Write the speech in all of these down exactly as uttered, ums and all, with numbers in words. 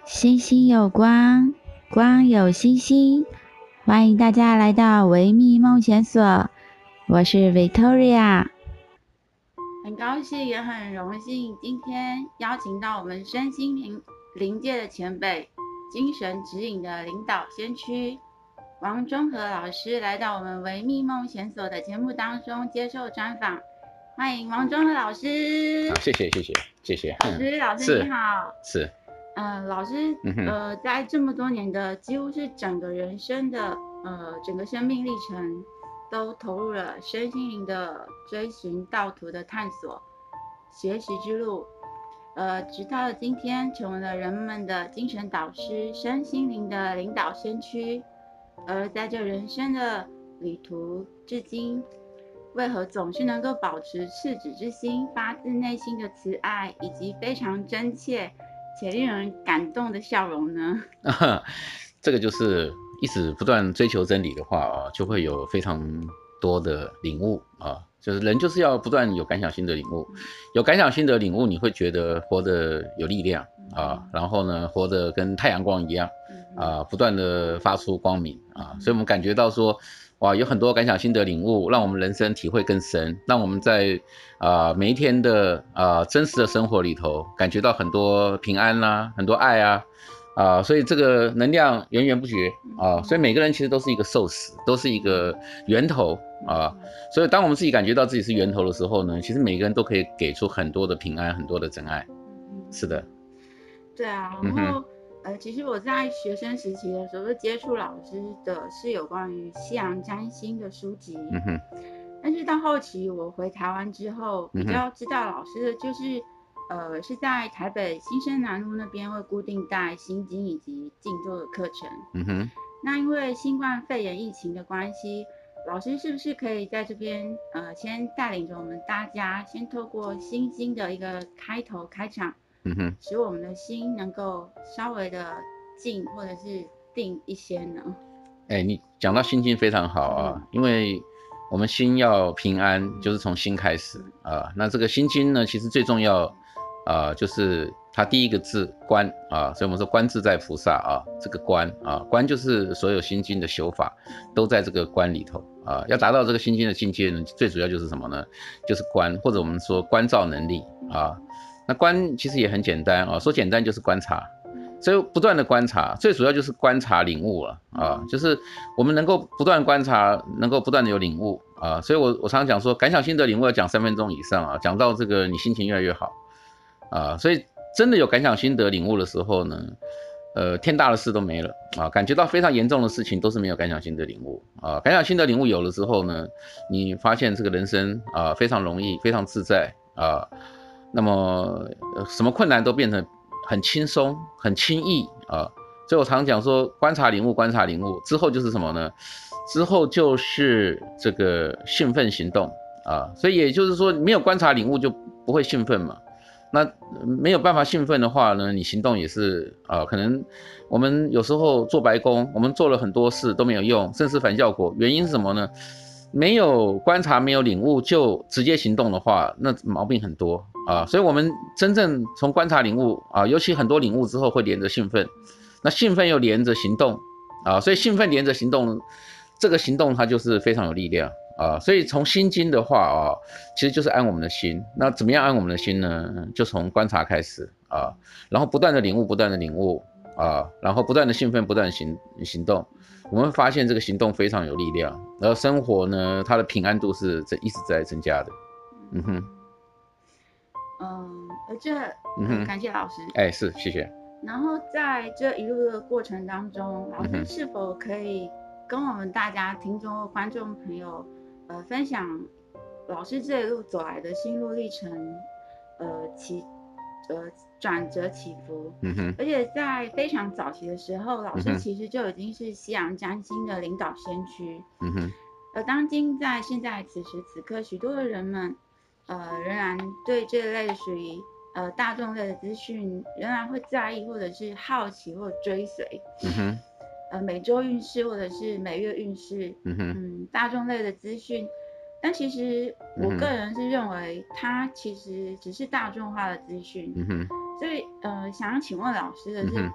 星星有光，光有星星，欢迎大家来到维密梦想所，我是 Victoria， 很高兴也很荣幸，今天邀请到我们身心灵灵界的前辈，精神指引的领导先驱王中和老师来到我们维密梦想所的节目当中接受专访，欢迎王中和老师。 好，谢谢谢谢谢谢。 老师，老师你好。 是。 呃，老师， 嗯呃，在这么多年的几乎是整个人生的呃整个生命历程，都投入了身心灵的追寻道途的探索、学习之路，呃，直到今天成为了人们的精神导师、身心灵的领导先驱。而在这人生的旅途至今，为何总是能够保持赤子之心、发自内心的慈爱，以及非常真切且令人感动的笑容呢？ 这个就是一直不断追求真理的话啊，就会有非常多的领悟啊。就是人就是要不断有感想心的领悟，有感想心的领悟，你会觉得活得有力量啊，然后呢，活得跟太阳光一样啊，不断的发出光明啊，所以我们感觉到说，哇，有很多感想心的领悟，让我们人生体会更深，让我们在啊、呃、每一天的啊、呃、真实的生活里头，感觉到很多平安啦、啊，很多爱啊。啊，所以这个能量源源不绝啊，所以每个人其实都是一个 source， 都是一个源头啊。所以当我们自己感觉到自己是源头的时候呢，其实每个人都可以给出很多的平安，很多的真爱。是的。 对啊，然后、嗯、呃，其实我在学生时期的时候接触老师的是有关于西洋占星的书籍， 嗯哼。 但是到后期我回台湾之后，比较知道老师的就是。呃，是在台北新生南路那边会固定带心经以及静坐的课程。 嗯哼。 那因为新冠肺炎疫情的关系，老师是不是可以在这边呃，先带领着我们大家，先透过心经的一个开头开场， 嗯哼， 使我们的心能够稍微的静或者是定一些呢？ 哎、欸，你讲到心经非常好啊，嗯、因为我们心要平安，就是从心开始啊。那这个心经呢，其实最重要。啊、呃，就是它第一个字观啊，所以我们说观自在菩萨啊，这个观啊，观就是所有心经的修法都在这个观里头啊。要达到这个心经的境界呢，最主要就是什么呢？就是观，或者我们说观照能力啊。那观其实也很简单啊，说简单就是观察，所以不断的观察，最主要就是观察领悟了啊，就是我们能够不断观察，能够不断的有领悟啊。所以我我常常讲说，感想心得领悟要讲三分钟以上啊，讲到这个你心情越来越好。啊，所以真的有感想心得领悟的时候呢，呃，天大的事都没了啊，感觉到非常严重的事情都是没有感想心得领悟啊。感想心得领悟有了之后呢，你发现这个人生啊非常容易，非常自在啊，那么、呃、什么困难都变得很轻松、很轻易啊。所以我常讲说，观察领悟，观察领悟之后就是什么呢？之后就是这个兴奋行动啊。所以也就是说，没有观察领悟就不会兴奋嘛。那没有办法兴奋的话呢，你行动也是啊、呃，可能我们有时候做白工，我们做了很多事都没有用，甚至反效果。原因是什么呢？没有观察，没有领悟就直接行动的话，那毛病很多啊。所以我们真正从观察领悟啊，尤其很多领悟之后会连着兴奋，那兴奋又连着行动啊，所以兴奋连着行动，这个行动它就是非常有力量。啊，所以从心经的话啊，其实就是安我们的心。那怎么样安我们的心呢？就从观察开始啊，然后不断的领悟，不断的领悟啊，然后不断的兴奋，不断的行行动。我们会发现这个行动非常有力量，然后生活呢，它的平安度是一直在增加的。嗯哼， 嗯，而这、呃、感谢老师。 哎、欸，是，谢谢。 然后在这一路的过程当中，老师是否可以跟我们大家听众或观众朋友？呃，分享老师这一路走来的心路历程，呃起呃转折起伏， 嗯哼， 而且在非常早期的时候，老师其实就已经是西洋占星的领导先驱， 嗯哼， 而当今在现在此时此刻，许多的人们，呃，仍然对这类属于呃大众类的资讯，仍然会在意或者是好奇或者追随， 嗯哼。 呃，每周运势或者是每月运势， 嗯哼， 嗯，大众类的资讯，但其实我个人是认为它其实只是大众化的资讯， 嗯哼， 所以呃，想要请问老师的是， 嗯、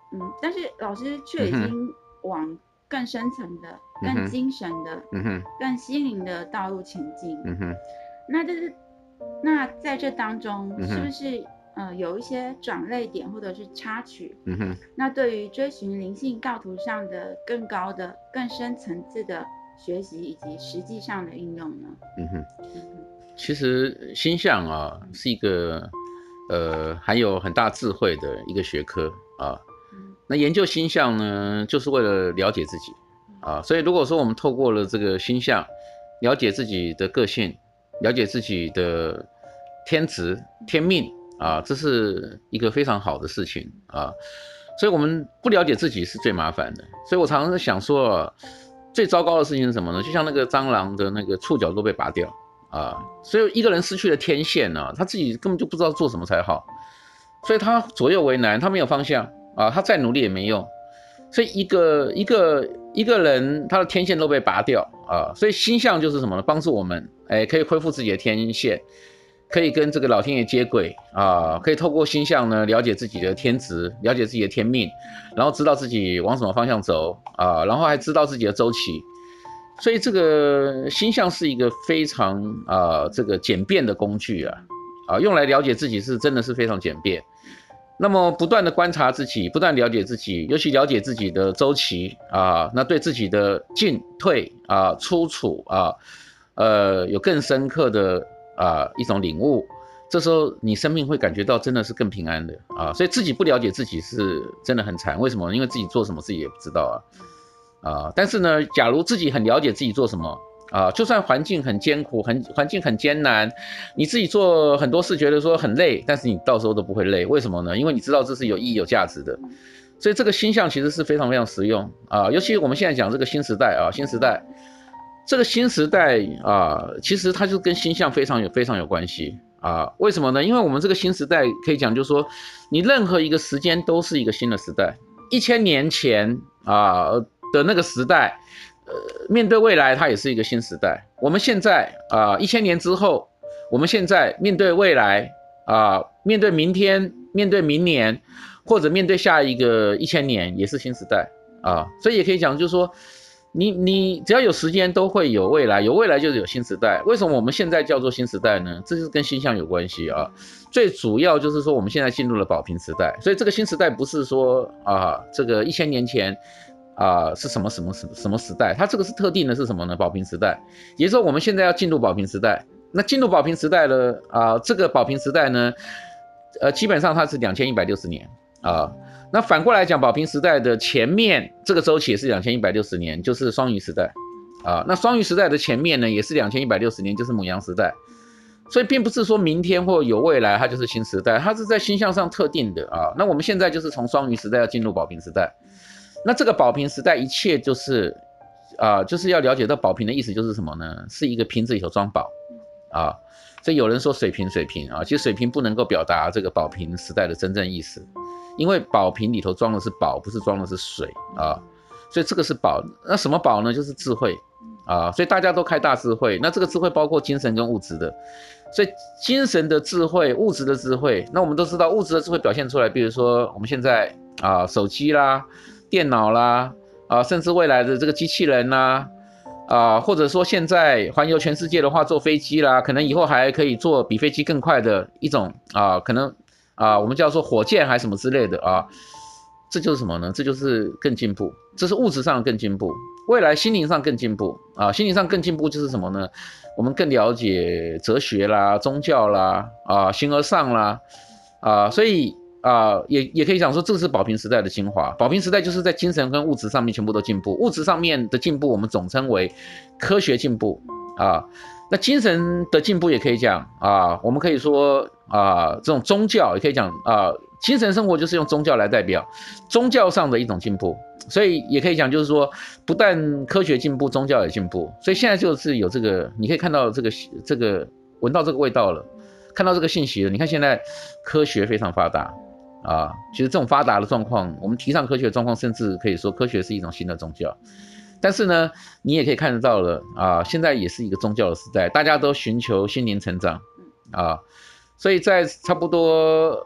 嗯，但是老师却已经往更深层的、 嗯、 更精神的、 嗯哼、 更心灵的道路前进。 嗯哼， 那这是那在这当中， 嗯、 是不是呃有一些转捩点或者是插曲？ 嗯哼， 那对于追寻灵性道途上的更高的、更深层次的学习以及实际上的应用呢？ 嗯哼，其实星象啊是一个呃含有很大智慧的一个学科啊。那研究星象呢，就是为了了解自己啊。所以如果说我们透过了这个星象，了解自己的个性，了解自己的天职、天命啊，这是一个非常好的事情啊。所以我们不了解自己是最麻烦的。所以我常常想说啊，最糟糕的事情是什么呢？就像那个蟑螂的那个触角都被拔掉啊，所以一个人失去了天线啊，他自己根本就不知道做什么才好，所以他左右为难，他没有方向啊，他再努力也没用。所以一个一个一个人他的天线都被拔掉啊，所以星象就是什么呢？帮助我们哎可以恢复自己的天线，可以跟这个老天爷接轨啊，可以透过星象呢了解自己的天职，了解自己的天命，然后知道自己往什么方向走啊，然后还知道自己的周期。所以这个星象是一个非常啊这个简便的工具啊啊，用来了解自己是真的是非常简便。那么不断的观察自己，不断了解自己，尤其了解自己的周期啊，那对自己的进退啊、出处啊，呃，有更深刻的啊一种领悟。这时候你生命会感觉到真的是更平安的啊。所以自己不了解自己是真的很惨，为什么？因为自己做什么自己也不知道啊啊。但是呢，假如自己很了解自己做什么。啊，就算环境很艰苦，很环境很艰难，你自己做很多事觉得说很累，但是你到时候都不会累，为什么呢？因为你知道这是有意义、有价值的。所以这个星象其实是非常非常实用啊，尤其我们现在讲这个新时代啊，新时代，这个新时代啊，其实它就跟星象非常有非常有关系啊。为什么呢？因为我们这个新时代可以讲，就是说你任何一个时间都是一个新的时代，一千年前啊的那个时代。呃，面对未来，它也是一个新时代。我们现在啊，一千年之后，我们现在面对未来啊，面对明天，面对明年，或者面对下一个一千年，也是新时代啊。所以也可以讲，就是说，你你只要有时间，都会有未来，有未来就是有新时代。为什么我们现在叫做新时代呢？这是跟星象有关系啊。最主要就是说，我们现在进入了宝瓶时代，所以这个新时代不是说啊，这个一千年前。啊、呃，是什么什么什么什么时代？它这个是特定的，是什么呢？宝瓶时代，也就是说我们现在要进入宝瓶时代。那进入宝瓶时代了啊、呃，这个宝瓶时代呢，呃，基本上它是两千一百六十年啊、呃。那反过来讲，宝瓶时代的前面这个周期也是两千一百六十年，就是双鱼时代啊、呃。那双鱼时代的前面呢，也是两千一百六十年，就是牡羊时代。所以并不是说明天或有未来它就是新时代，它是在星象上特定的啊。那我们现在就是从双鱼时代要进入宝瓶时代。那这个宝瓶时代，一切就是啊、呃，就是要了解到宝瓶的意思就是什么呢？是一个瓶子里头装宝啊。所以有人说水瓶水瓶啊，其实水瓶不能够表达这个宝瓶时代的真正意思，因为宝瓶里头装的是宝，不是装的是水啊。所以这个是宝，那什么宝呢？就是智慧啊。所以大家都开大智慧，那这个智慧包括精神跟物质的。所以精神的智慧、物质的智慧，那我们都知道物质的智慧表现出来，比如说我们现在啊手机啦。电脑啦，啊，甚至未来的这个机器人啦，啊，或者说现在环游全世界的话，坐飞机啦，可能以后还可以坐比飞机更快的一种啊，可能啊，我们叫做火箭还是什么之类的啊，这就是什么呢？这就是更进步，这是物质上更进步，未来心灵上更进步啊，心灵上更进步就是什么呢？我们更了解哲学啦、宗教啦，啊，形而上啦，啊，所以。啊、呃，也也可以讲说，这是宝瓶时代的精华。宝瓶时代就是在精神跟物质上面全部都进步，物质上面的进步我们总称为科学进步啊。那精神的进步也可以讲啊，我们可以说啊，这种宗教也可以讲啊，精神生活就是用宗教来代表，宗教上的一种进步。所以也可以讲，就是说，不但科学进步，宗教也进步。所以现在就是有这个，你可以看到这个这个闻到这个味道了，看到这个信息了。你看现在科学非常发达。啊，其实这种发达的状况，我们提倡科学的状况，甚至可以说科学是一种新的宗教。但是呢，你也可以看得到了啊，现在也是一个宗教的时代，大家都寻求心灵成长啊，所以在差不多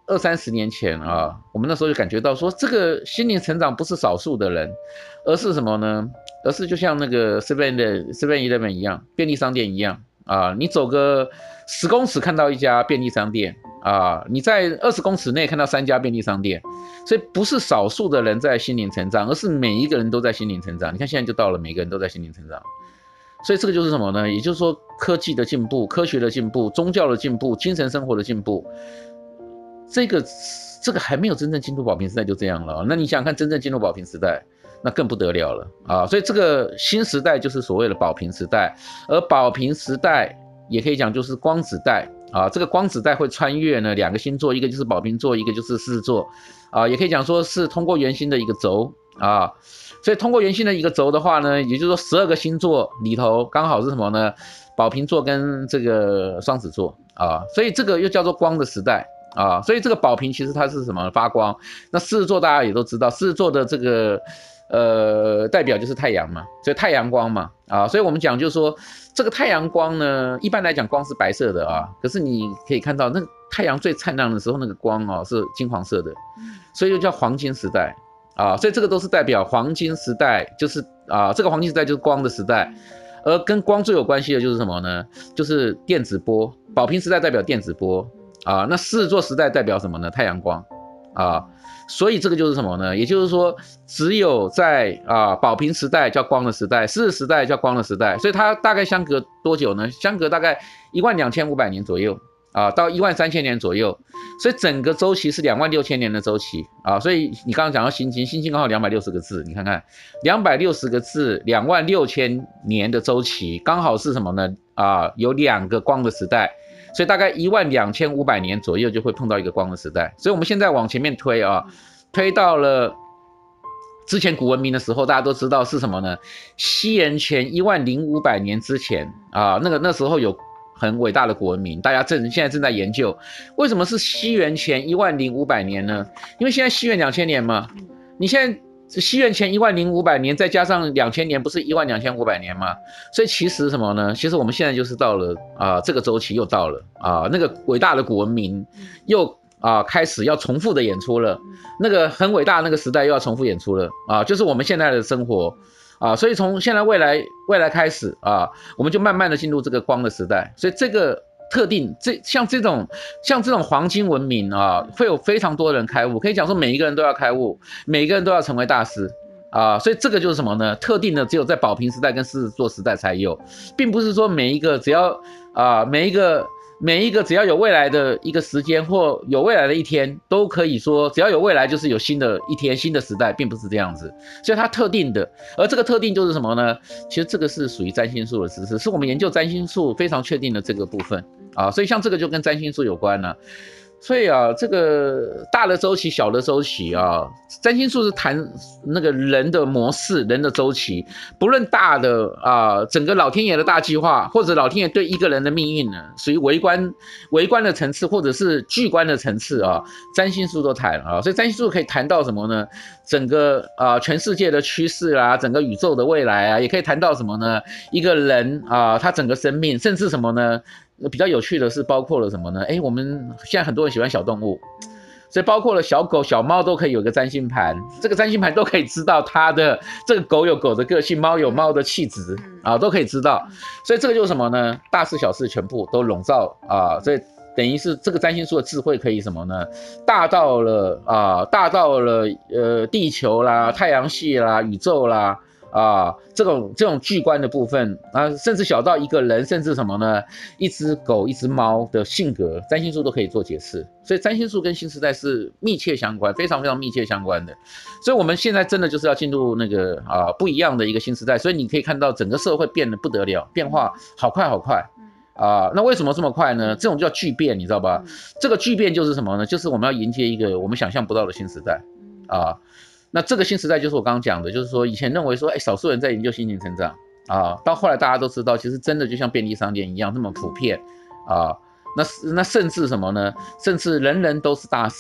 二三十年前啊，我们那时候就感觉到说，这个心灵成长不是少数的人，而是什么呢？而是就像那个 seven 的 seven eleven 一样，便利商店一样啊，你走个十公尺看到一家便利商店啊，你在二十公尺内看到三家便利商店，所以不是少数的人在心灵成长，而是每一个人都在心灵成长。你看现在就到了，每个人都在心灵成长。所以这个就是什么呢？也就是说，科技的进步、科学的进步、宗教的进步、精神生活的进步，这个这个还没有真正进入宝瓶时代就这样了。那你想想看，真正进入宝瓶时代，那更不得了了啊！所以这个新时代就是所谓的宝瓶时代，而宝瓶时代也可以讲就是光子代啊。这个光子代会穿越呢两个星座，一个就是宝瓶座，一个就是狮子座啊。也可以讲说是通过圆心的一个轴啊。所以通过圆心的一个轴的话呢，也就是说十二个星座里头刚好是什么呢？宝瓶座跟这个双子座啊，所以这个又叫做光的时代啊。所以这个宝瓶其实它是什么？发光。那狮子座大家也都知道，狮子座的这个呃代表就是太阳嘛，所以太阳光嘛啊。所以我们讲就是说，这个太阳光呢，一般来讲光是白色的啊，可是你可以看到那个太阳最灿烂的时候，那个光哦是金黄色的，所以又叫黄金时代。啊，所以这个都是代表黄金时代，就是啊，这个黄金时代就是光的时代，而跟光最有关系的就是什么呢？就是电子波。宝瓶时代代表电子波啊，那狮子座时代代表什么呢？太阳光啊，所以这个就是什么呢？也就是说，只有在啊宝瓶时代叫光的时代，狮子时代叫光的时代，所以它大概相隔多久呢？相隔大概一万两千五百年左右。啊，到一万三千年左右，所以整个周期是两万六千年的周期啊。所以你刚刚讲到心经，心经刚好两百六十个字，你看看两百六十个字，两万六千年的周期，刚好是什么呢？啊，有两个光的时代，所以大概一万两千五百年左右就会碰到一个光的时代。所以我们现在往前面推啊，推到了之前古文明的时候，大家都知道是什么呢？西元前一万零五百年之前啊，那个那时候有很伟大的古文明，大家正现在正在研究，为什么是西元前一万零五百年呢？因为现在西元两千年嘛，你现在西元前一万零五百年，再加上两千年，不是一万两千五百年吗？所以其实什么呢？其实我们现在就是到了啊、呃，这个周期又到了啊、呃，那个伟大的古文明又啊、呃、开始要重复的演出了，那个很伟大的那个时代又要重复演出了啊、呃，就是我们现在的生活。啊，所以从现在未来未来开始啊，我们就慢慢的进入这个光的时代。所以这个特定这像这种像这种黄金文明啊，会有非常多人开悟，可以讲说每一个人都要开悟，每一个人都要成为大师啊。所以这个就是什么呢？特定的只有在宝瓶时代跟狮子座时代才有，并不是说每一个只要啊每一个。每一个只要有未来的一个时间或有未来的一天，都可以说只要有未来就是有新的一天新的时代，并不是这样子，所以它特定的，而这个特定就是什么呢？其实这个是属于占星术的知识，是我们研究占星术非常确定的这个部分啊，所以像这个就跟占星术有关了。所以啊，这个大的周期、小的周期啊，占星术是谈那个人的模式、人的周期，不论大的啊，整个老天爷的大计划，或者老天爷对一个人的命运呢，属于微观、微观的层次，或者是巨观的层次啊，占星术都谈啊。所以占星术可以谈到什么呢？整个啊，全世界的趋势啊，整个宇宙的未来啊，也可以谈到什么呢？一个人啊，他整个生命，甚至什么呢？比较有趣的是包括了什么呢？哎，我们现在很多人喜欢小动物，所以包括了小狗小猫都可以有个占星盘，这个占星盘都可以知道它的这个狗有狗的个性，猫有猫的气质啊，都可以知道。所以这个就是什么呢？大事小事全部都笼罩啊，所以等于是这个占星术的智慧可以什么呢？大到了啊，大到了呃地球啦、太阳系啦、宇宙啦。啊，这种这种巨观的部分啊，甚至小到一个人，甚至什么呢？一只狗、一只猫的性格，占星术都可以做解释。所以占星术跟新时代是密切相关，非常非常密切相关的。所以我们现在真的就是要进入那个啊不一样的一个新时代。所以你可以看到整个社会变得不得了，变化好快好快啊！那为什么这么快呢？这种叫巨变，你知道吧？这个巨变就是什么呢？就是我们要迎接一个我们想象不到的新时代啊。那这个新时代就是我刚刚讲的，就是说以前认为说，哎，少数人在研究心灵成长啊，到后来大家都知道，其实真的就像便利商店一样那么普遍啊。那那甚至什么呢？甚至人人都是大师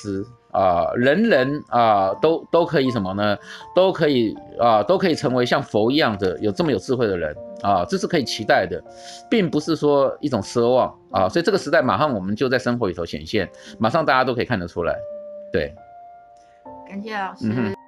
啊、人人啊、都都可以什么呢？都可以啊、都可以成为像佛一样的有这么有智慧的人啊、这是可以期待的，并不是说一种奢望啊。所以这个时代马上我们就在生活里头显现，马上大家都可以看得出来。对， 感谢老师。 嗯哼。